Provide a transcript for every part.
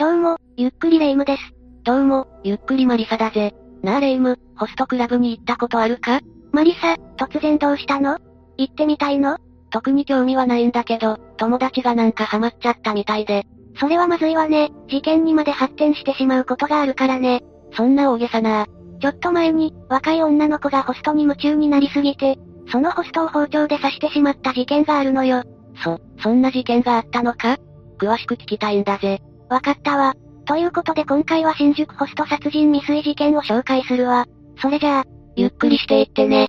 どうも、ゆっくりレ夢ムです。 どうも、ゆっくりマリサだぜ。なあレ夢ム、ホストクラブに行ったことあるか？ マリサ、突然どうしたの？行ってみたいの？ 特に興味はないんだけど、友達がなんかハマっちゃったみたいで。 それはまずいわね。事件にまで発展してしまうことがあるからね。 そんな大げさな。 ちょっと前に、若い女の子がホストに夢中になりすぎて、そのホストを包丁で刺してしまった事件があるのよ。 そんな事件があったのか？詳しく聞きたいんだぜ。 わかったわ。ということで今回は新宿ホスト殺人未遂事件を紹介するわ。それじゃあ、 ゆっくりしていってね。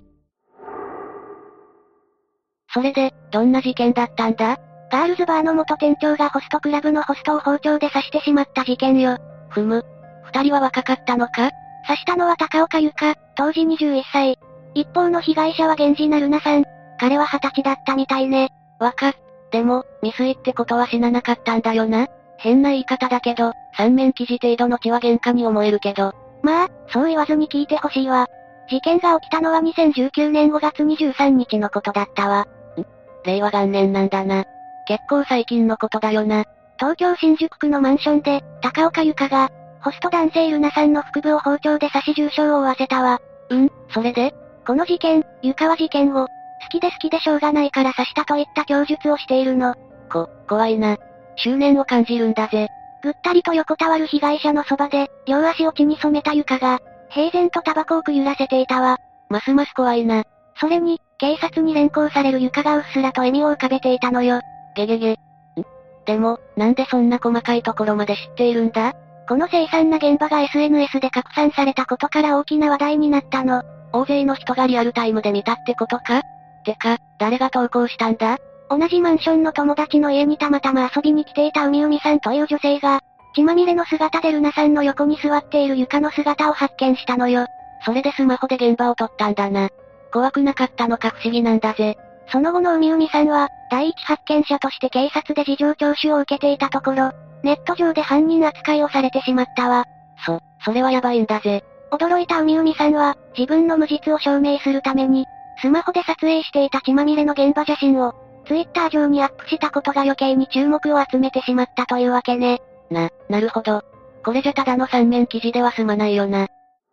それで、どんな事件だったんだ？ ガールズバーの元店長がホストクラブのホストを包丁で刺してしまった事件よ。 ふむ。二人は若かったのか？ 刺したのは高岡由香、当時21歳。一方の被害者は源氏名ルナさん。彼は20歳だったみたいね。 でも、未遂ってことは死ななかったんだよな？変な言い方だけど、三面記事程度の血は喧嘩に思えるけど。 まあ、そう言わずに聞いてほしいわ。事件が起きたのは2019年5月23日のことだったわ。 令和元年なんだな。結構最近のことだよな。 東京新宿区のマンションで、高岡由香が、ホスト男性ルナさんの腹部を包丁で刺し重傷を負わせたわ。 それで？ この事件、由香は事件を、好きでしょうがないから刺したといった供述をしているの。 怖いな。執念を感じるんだぜ。 ぐったりと横たわる被害者のそばで、両足を血に染めた由香が、平然とタバコをくゆらせていたわ。 ますます怖いな。 それに、警察に連行される由香がうっすらと笑みを浮かべていたのよ。 ゲゲゲ。でも、なんでそんな細かいところまで知っているんだ？ この凄惨な現場が SNS で拡散されたことから大きな話題になったの。 大勢の人がリアルタイムで見たってことか？てか、誰が投稿したんだ？ 同じマンションの友達の家にたまたま遊びに来ていた海さんという女性が、血まみれの姿でルナさんの横に座っている由香の姿を発見したのよ。 それでスマホで現場を撮ったんだな。怖くなかったのか不思議なんだぜ。 その後の海さんは、第一発見者として警察で事情聴取を受けていたところ、ネット上で犯人扱いをされてしまったわ。 それはやばいんだぜ。 驚いた海さんは、自分の無実を証明するために、スマホで撮影していた血まみれの現場写真を、ツイッター上にアップしたことが余計に注目を集めてしまったというわけね。 なるほど。これじゃただの三面記事では済まないよな。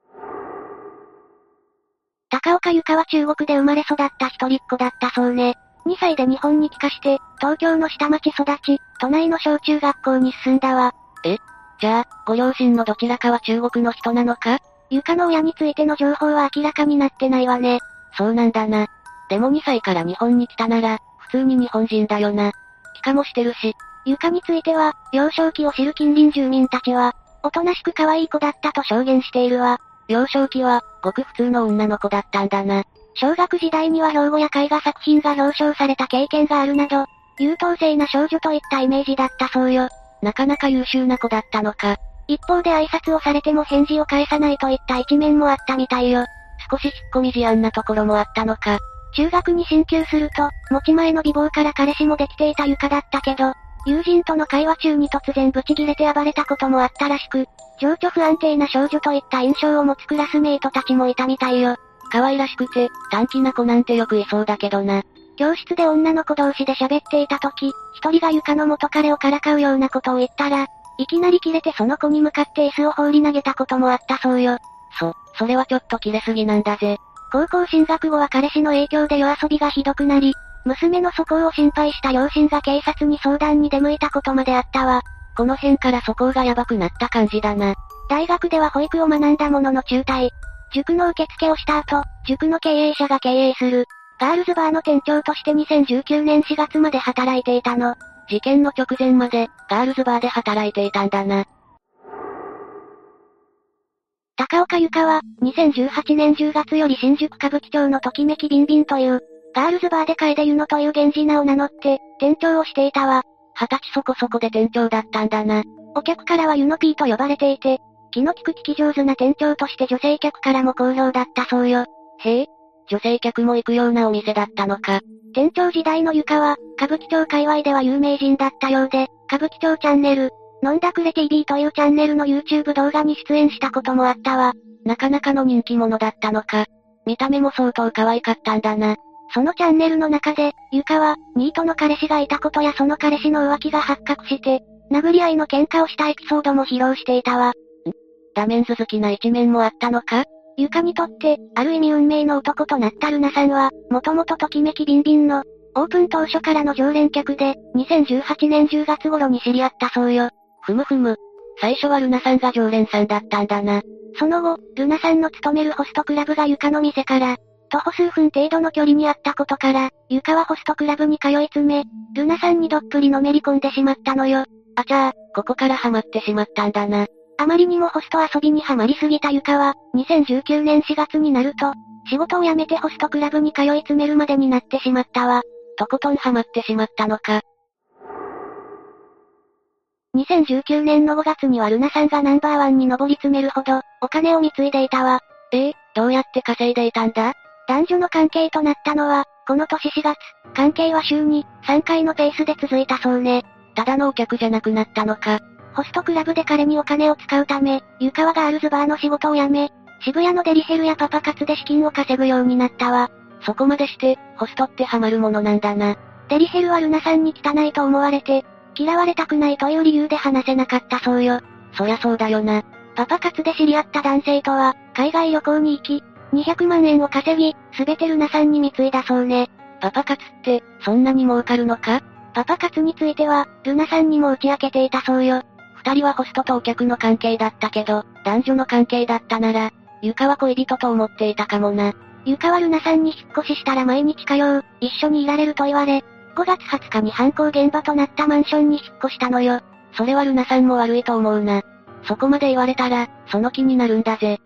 高岡由香は中国で生まれ育った一人っ子だったそうね。2歳で日本に帰化して、東京の下町育ち、都内の小中学校に進んだわ。 じゃあ、ご両親のどちらかは中国の人なのか？ 由香の親についての情報は明らかになってないわね。 そうなんだな。でも2歳から日本に来たなら、普通に日本人だよな。帰化もしてるし。 由香については、幼少期を知る近隣住民たちは、おとなしく可愛い子だったと証言しているわ。 幼少期は、ごく普通の女の子だったんだな。 小学時代には標語や絵画作品が表彰された経験があるなど、優等生な少女といったイメージだったそうよ。 なかなか優秀な子だったのか。 一方で挨拶をされても返事を返さないといった一面もあったみたいよ。 少し引っ込み思案なところもあったのか。 中学に進級すると、持ち前の美貌から彼氏もできていた由香だったけど、友人との会話中に突然ブチギレて暴れたこともあったらしく、情緒不安定な少女といった印象を持つクラスメイトたちもいたみたいよ。 可愛らしくて、短気な子なんてよくいそうだけどな。 教室で女の子同士で喋っていた時、一人が由香の元彼をからかうようなことを言ったら、いきなりキレてその子に向かって椅子を放り投げたこともあったそうよ。 それはちょっとキレすぎなんだぜ。 高校進学後は彼氏の影響で夜遊びがひどくなり、娘の素行を心配した両親が警察に相談に出向いたことまであったわ。 この辺から素行がヤバくなった感じだな。 大学では保育を学んだものの中退。塾の受付をした後、塾の経営者が経営する、ガールズバーの店長として2019年4月まで働いていたの。 事件の直前まで、ガールズバーで働いていたんだな。 高岡由香は、2018年10月より新宿歌舞伎町のときめきビンビンという、ガールズバーで楓ゆのという源氏名を名乗って、店長をしていたわ。 20歳そこそこで店長だったんだな。 お客からはゆの P と呼ばれていて、気の利く聞き上手な店長として女性客からも好評だったそうよ。 へえ、女性客も行くようなお店だったのか。 店長時代の由香は、歌舞伎町界隈では有名人だったようで、歌舞伎町チャンネル、飲んだくれ TV というチャンネルの YouTube 動画に出演したこともあったわ。 なかなかの人気者だったのか。見た目も相当可愛かったんだな。 そのチャンネルの中で、由香は、ニートの彼氏がいたことやその彼氏の浮気が発覚して、 殴り合いの喧嘩をしたエピソードも披露していたわ。 ダメンズ好きな一面もあったのか？ ユカにとって、ある意味運命の男となったルナさんは、もともとときめきビンビンの、オープン当初からの常連客で、2018年10月頃に知り合ったそうよ。 ふむふむ。最初はルナさんが常連さんだったんだな。 その後、ルナさんの勤めるホストクラブがユカの店から、徒歩数分程度の距離にあったことから、ユカはホストクラブに通い詰め、ルナさんにどっぷりのめり込んでしまったのよ。 あちゃー、ここからハマってしまったんだな。 あまりにもホスト遊びにはまりすぎたユカは、2019年4月になると、仕事を辞めてホストクラブに通い詰めるまでになってしまったわ。 とことんハマってしまったのか。 2019年の5月にはルナさんがナンバーワンに上り詰めるほど、お金を貢いでいたわ。 どうやって稼いでいたんだ？ 男女の関係となったのは、この年4月、関係は週に3回のペースで続いたそうね。 ただのお客じゃなくなったのか。 ホストクラブで彼にお金を使うため、ユカはガールズバーの仕事を辞め、渋谷のデリヘルやパパ活で資金を稼ぐようになったわ。 そこまでして、ホストってハマるものなんだな。 デリヘルはルナさんに汚いと思われて、嫌われたくないという理由で話せなかったそうよ。 そりゃそうだよな。 パパ活で知り合った男性とは、海外旅行に行き、200万円を稼ぎ、すべてルナさんに貢いだそうね。 パパ活って、そんなに儲かるのか？ パパ活については、ルナさんにも打ち明けていたそうよ。 二人はホストとお客の関係だったけど、男女の関係だったなら、ユカは恋人と思っていたかもな。 ユカはルナさんに引っ越ししたら毎日通う、一緒にいられると言われ、5月20日に犯行現場となったマンションに引っ越したのよ。 それはルナさんも悪いと思うな。そこまで言われたら、その気になるんだぜ。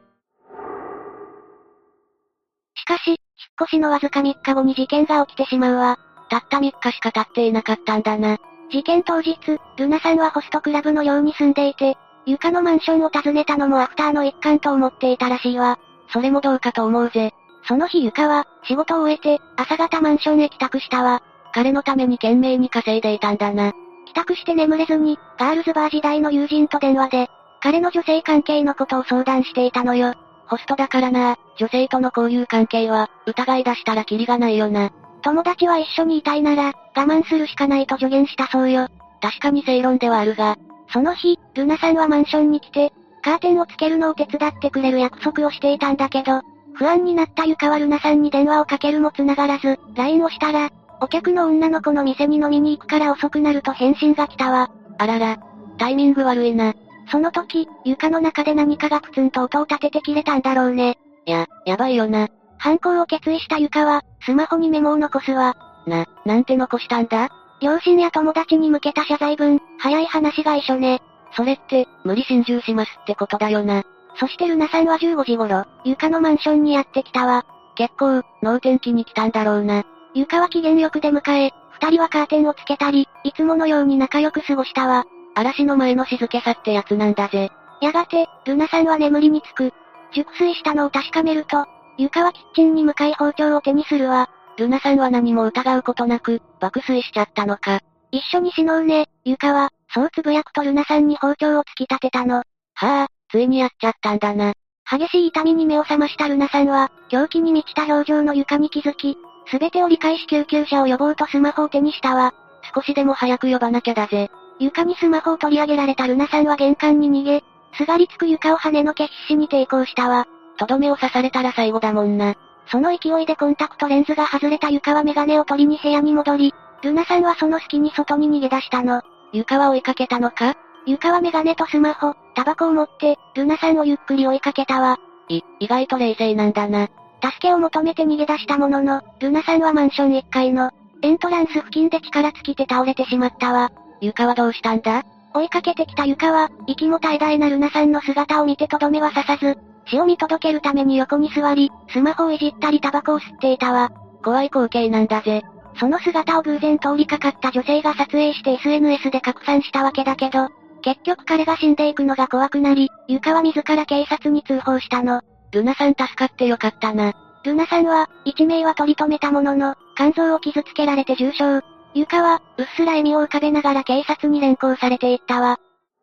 しかし、引っ越しのわずか3日後に事件が起きてしまうわ。 たった3日しか経っていなかったんだな。 事件当日、ルナさんはホストクラブの寮に住んでいて、ユカのマンションを訪ねたのもアフターの一環と思っていたらしいわ。 それもどうかと思うぜ。 その日ユカは、仕事を終えて、朝方マンションへ帰宅したわ。 彼のために懸命に稼いでいたんだな。 帰宅して眠れずに、ガールズバー時代の友人と電話で、彼の女性関係のことを相談していたのよ。 ホストだからな、女性との交友関係は、疑い出したらキリがないよな。 友達は一緒にいたいなら、我慢するしかないと助言したそうよ。 確かに正論ではあるが、 その日、ルナさんはマンションに来て、カーテンをつけるのを手伝ってくれる約束をしていたんだけど、不安になったユカはルナさんに電話をかけるも繋がらず、LINE をしたら、お客の女の子の店に飲みに行くから遅くなると返信が来たわ。 あらら、タイミング悪いな。 その時、床の中で何かがプツンと音を立てて切れたんだろうね。 やばいよな。 犯行を決意した床は、スマホにメモを残すわ。 なんて残したんだ？ 両親や友達に向けた謝罪文、早い話が一緒ね。 それって、無理心中しますってことだよな。 そしてルナさんは15時頃、床のマンションにやってきたわ。 結構、能天気に来たんだろうな。 床は機嫌よく出迎え、二人はカーテンをつけたり、いつものように仲良く過ごしたわ。 嵐の前の静けさってやつなんだぜ。 やがて、ルナさんは眠りにつく。熟睡したのを確かめると、床はキッチンに向かい包丁を手にするわ。 ルナさんは何も疑うことなく、爆睡しちゃったのか。 一緒に死のうね、床は、そうつぶやくとルナさんに包丁を突き立てたの。 はあ、ついにやっちゃったんだな。 激しい痛みに目を覚ましたルナさんは、狂気に満ちた表情の床に気づき、すべてを理解し救急車を呼ぼうとスマホを手にしたわ。 少しでも早く呼ばなきゃだぜ。 床にスマホを取り上げられたルナさんは玄関に逃げ、すがりつく床を跳ねのけ必死に抵抗したわ。 とどめを刺されたら最後だもんな。 その勢いでコンタクトレンズが外れた床はメガネを取りに部屋に戻り、ルナさんはその隙に外に逃げ出したの。 床は追いかけたのか？ 床はメガネとスマホ、タバコを持って、ルナさんをゆっくり追いかけたわ。 意外と冷静なんだな。 助けを求めて逃げ出したものの、ルナさんはマンション1階の、エントランス付近で力尽きて倒れてしまったわ。 床はどうしたんだ？ 追いかけてきた床は、息も絶え絶えなルナさんの姿を見てとどめは刺さず、死を見届けるために横に座り、スマホをいじったりタバコを吸っていたわ。 怖い光景なんだぜ。 その姿を偶然通りかかった女性が撮影して SNS で拡散したわけだけど、結局彼が死んでいくのが怖くなり、床は自ら警察に通報したの。 ルナさん助かってよかったな。 ルナさんは、一命は取り留めたものの、肝臓を傷つけられて重傷。床は、うっすら笑みを浮かべながら警察に連行されていったわ。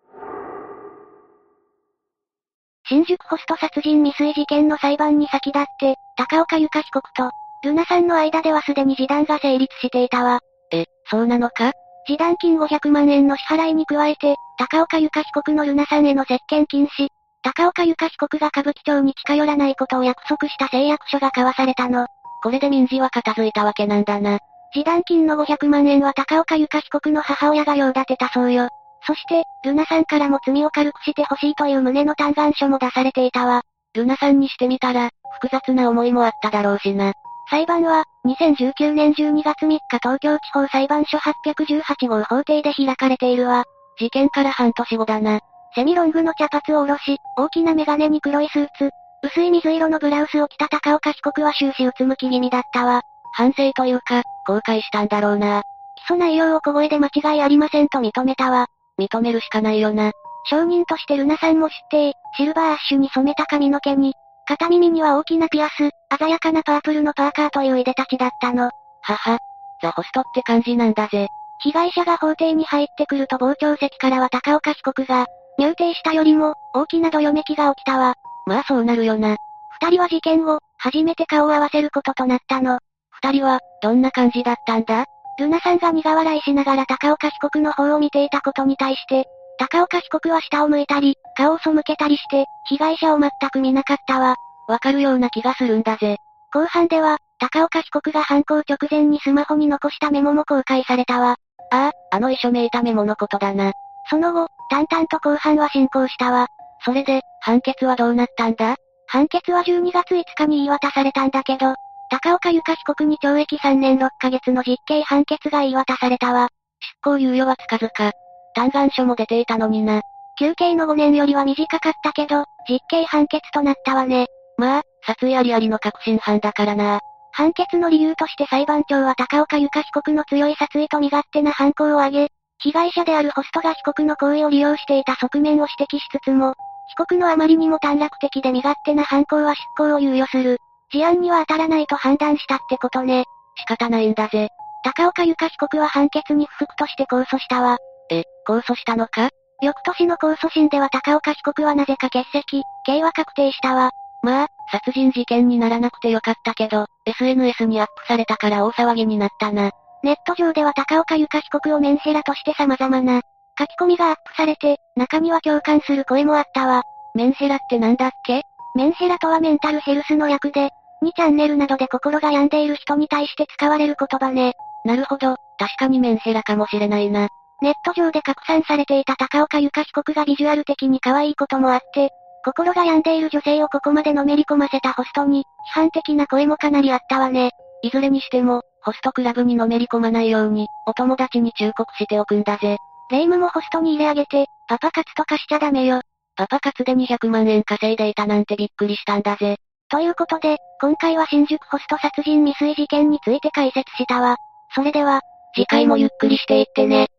新宿ホスト殺人未遂事件の裁判に先立って、高岡由香被告と、ルナさんの間ではすでに示談が成立していたわ。 そうなのか？ 示談金500万円の支払いに加えて、高岡由香被告の瑠奈さんへの接見禁止、高岡由香被告が歌舞伎町に近寄らないことを約束した誓約書が交わされたの。 これで民事は片付いたわけなんだな。 示談金の500万円は高岡由香被告の母親が用立てたそうよ。そして、瑠奈さんからも罪を軽くしてほしいという旨の嘆願書も出されていたわ。 瑠奈さんにしてみたら、複雑な思いもあっただろうしな。 裁判は、2019年12月3日東京地方裁判所818号法廷で開かれているわ。 事件から半年後だな。 セミロングの茶髪を下ろし、大きなメガネに黒いスーツ、薄い水色のブラウスを着た高岡被告は終始うつむき気味だったわ。 反省というか、後悔したんだろうな。 起訴内容を小声で間違いありませんと認めたわ。 認めるしかないよな。 証人として瑠奈さんも出廷、シルバーアッシュに染めた髪の毛に、片耳には大きなピアス、鮮やかなパープルのパーカーといういでたちだったの。 はは。ザホストって感じなんだぜ。 被害者が法廷に入ってくると傍聴席からは高岡被告が、入廷したよりも、大きなどよめきが起きたわ。 まあそうなるよな。 二人は事件後、初めて顔を合わせることとなったの。 二人は、どんな感じだったんだ？ 瑠奈さんが苦笑いしながら高岡被告の方を見ていたことに対して、高岡被告は下を向いたり、顔を背けたりして、被害者を全く見なかったわ。 わかるような気がするんだぜ。 後半では、高岡被告が犯行直前にスマホに残したメモも公開されたわ。 ああ、遺書めいたメモのことだな。 その後、淡々と公判は進行したわ。 それで、判決はどうなったんだ？ 判決は12月5日に言い渡されたんだけど、高岡由香被告に懲役3年6ヶ月の実刑判決が言い渡されたわ。 執行猶予はつかずか。嘆願書も出ていたのにな。 求刑の5年よりは短かったけど、実刑判決となったわね。 まあ、殺意ありありの確信犯だからな。 判決の理由として裁判長は高岡由香被告の強い殺意と身勝手な犯行を挙げ、被害者であるホストが被告の行為を利用していた側面を指摘しつつも、被告のあまりにも短絡的で身勝手な犯行は執行を猶予する。事案には当たらないと判断したってことね。 仕方ないんだぜ。 高岡由香被告は判決に不服として控訴したわ。 控訴したのか？ 翌年の控訴審では高岡被告はなぜか欠席、刑は確定したわ。 まあ、殺人事件にならなくてよかったけど、SNS にアップされたから大騒ぎになったな。 ネット上では高岡由香被告をメンヘラとして様々な書き込みがアップされて、中には共感する声もあったわ。 メンヘラってなんだっけ？ メンヘラとはメンタルヘルスの略で、2チャンネルなどで心が病んでいる人に対して使われる言葉ね。 なるほど、確かにメンヘラかもしれないな。 ネット上で拡散されていた高岡由香被告がビジュアル的に可愛いこともあって、心が病んでいる女性をここまでのめり込ませたホストに、批判的な声もかなりあったわね。 いずれにしても、ホストクラブにのめり込まないように、お友達に忠告しておくんだぜ。 霊夢もホストに入れ上げて、パパ活とかしちゃダメよ。 パパ活で200万円稼いでいたなんてびっくりしたんだぜ。 ということで、今回は新宿ホスト殺人未遂事件について解説したわ。それでは、 次回もゆっくりしていってね。